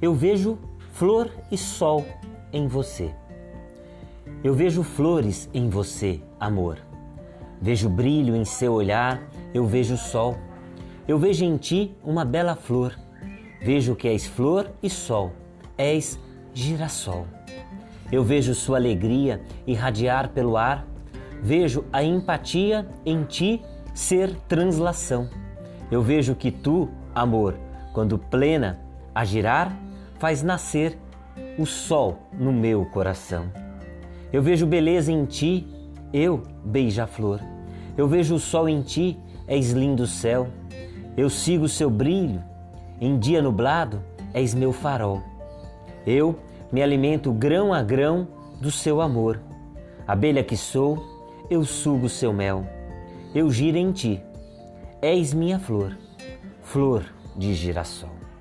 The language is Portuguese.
Eu vejo flor e sol em você. Eu vejo flores em você, amor. Vejo brilho em seu olhar, eu vejo sol. Eu vejo em ti uma bela flor. Vejo que és flor e sol, és girassol. Eu vejo sua alegria irradiar pelo ar. Vejo a empatia em ti ser translação. Eu vejo que tu, amor, quando plena a girar, faz nascer o sol no meu coração. Eu vejo beleza em ti, eu, beija-flor. Eu vejo o sol em ti, és lindo céu. Eu sigo seu brilho, em dia nublado, és meu farol. Eu me alimento grão a grão do seu amor. Abelha que sou, eu sugo seu mel. Eu giro em ti, és minha flor, flor de girassol.